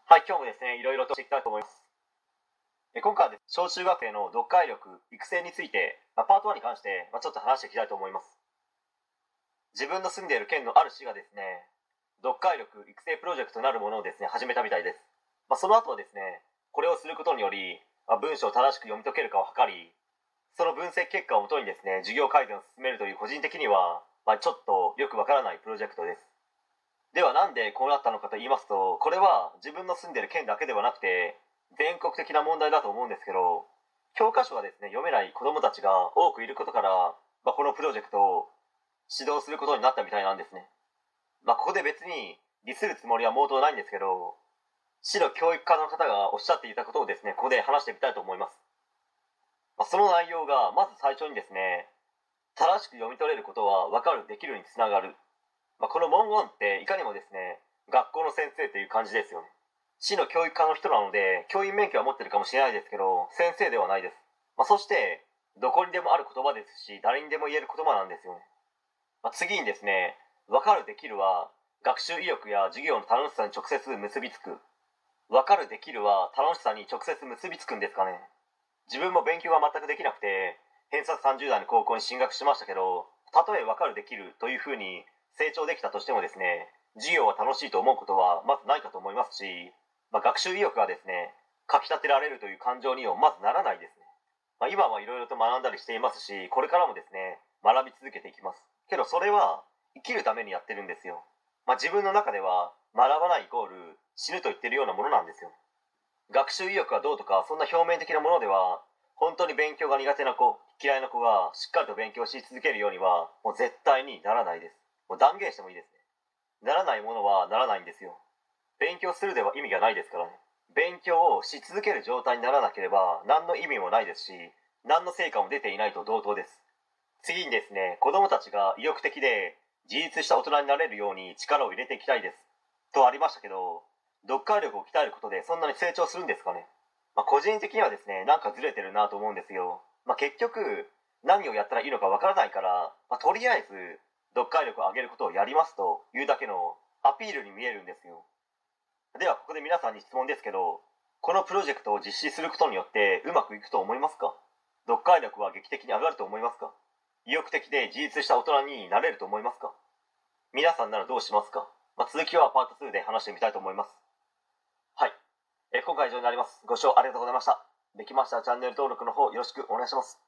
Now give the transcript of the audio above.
はい、今日もですね、いろいろとしていきたいと思います。今回はですね、小中学生の読解力育成について、パート1に関して、ちょっと話していきたいと思います。自分の住んでいる県のある市がですね、読解力育成プロジェクトなるものをですね、始めたみたいです。その後はですね、これをすることにより、文章を正しく読み解けるかを測り、その分析結果をもとにですね、授業改善を進めるという個人的には、ちょっとよくわからないプロジェクトです。ではなんでこうなったのかと言いますと、これは自分の住んでる県だけではなくて全国的な問題だと思うんですけど、教科書がですね読めない子どもたちが多くいることから、このプロジェクトを指導することになったみたいなんですね。ここで別にディスるつもりは毛頭ないんですけど、市の教育課の方がおっしゃっていたことをですねここで話してみたいと思います。その内容がまず最初にですね、正しく読み取れることは分かるできるにつながる、この文言っていかにもですね、学校の先生という感じですよね。市の教育課の人なので教員免許は持ってるかもしれないですけど、先生ではないです。そしてどこにでもある言葉ですし、誰にでも言える言葉なんですよね。次にですね、分かるできるは学習意欲や授業の楽しさに直接結びつく。分かるできるは楽しさに直接結びつくんですかね。自分も勉強が全くできなくて偏差30代の高校に進学しましたけど、たとえ分かるできるというふうに成長できたとしてもですね、授業は楽しいと思うことはまずないかと思いますし、学習意欲がですね、かきたてられるという感情にはまずならないですね。今はいろいろと学んだりしていますし、これからもですね、学び続けていきます。けどそれは生きるためにやってるんですよ。自分の中では学ばないイコール死ぬと言ってるようなものなんですよ。学習意欲がどうとかそんな表面的なものでは、本当に勉強が苦手な子、嫌いな子がしっかりと勉強し続けるようにはもう絶対にならないです。もう断言してもいいですね。ならないものはならないんですよ。勉強するでは意味がないですからね。勉強をし続ける状態にならなければ何の意味もないですし、何の成果も出ていないと同等です。次にですね、子どもたちが意欲的で自立した大人になれるように力を入れていきたいですとありましたけど、読解力を鍛えることでそんなに成長するんですかね。個人的にはですね、なんかずれてるなと思うんですよ。結局何をやったらいいのかわからないから、とりあえず読解力を上げることをやりますというだけのアピールに見えるんですよ。ではここで皆さんに質問ですけど、このプロジェクトを実施することによってうまくいくと思いますか？読解力は劇的に上がると思いますか？意欲的で自立した大人になれると思いますか？皆さんならどうしますか？続きはパート2で話してみたいと思います。はい、今回は以上になります。ご視聴ありがとうございました。できましたらチャンネル登録の方よろしくお願いします。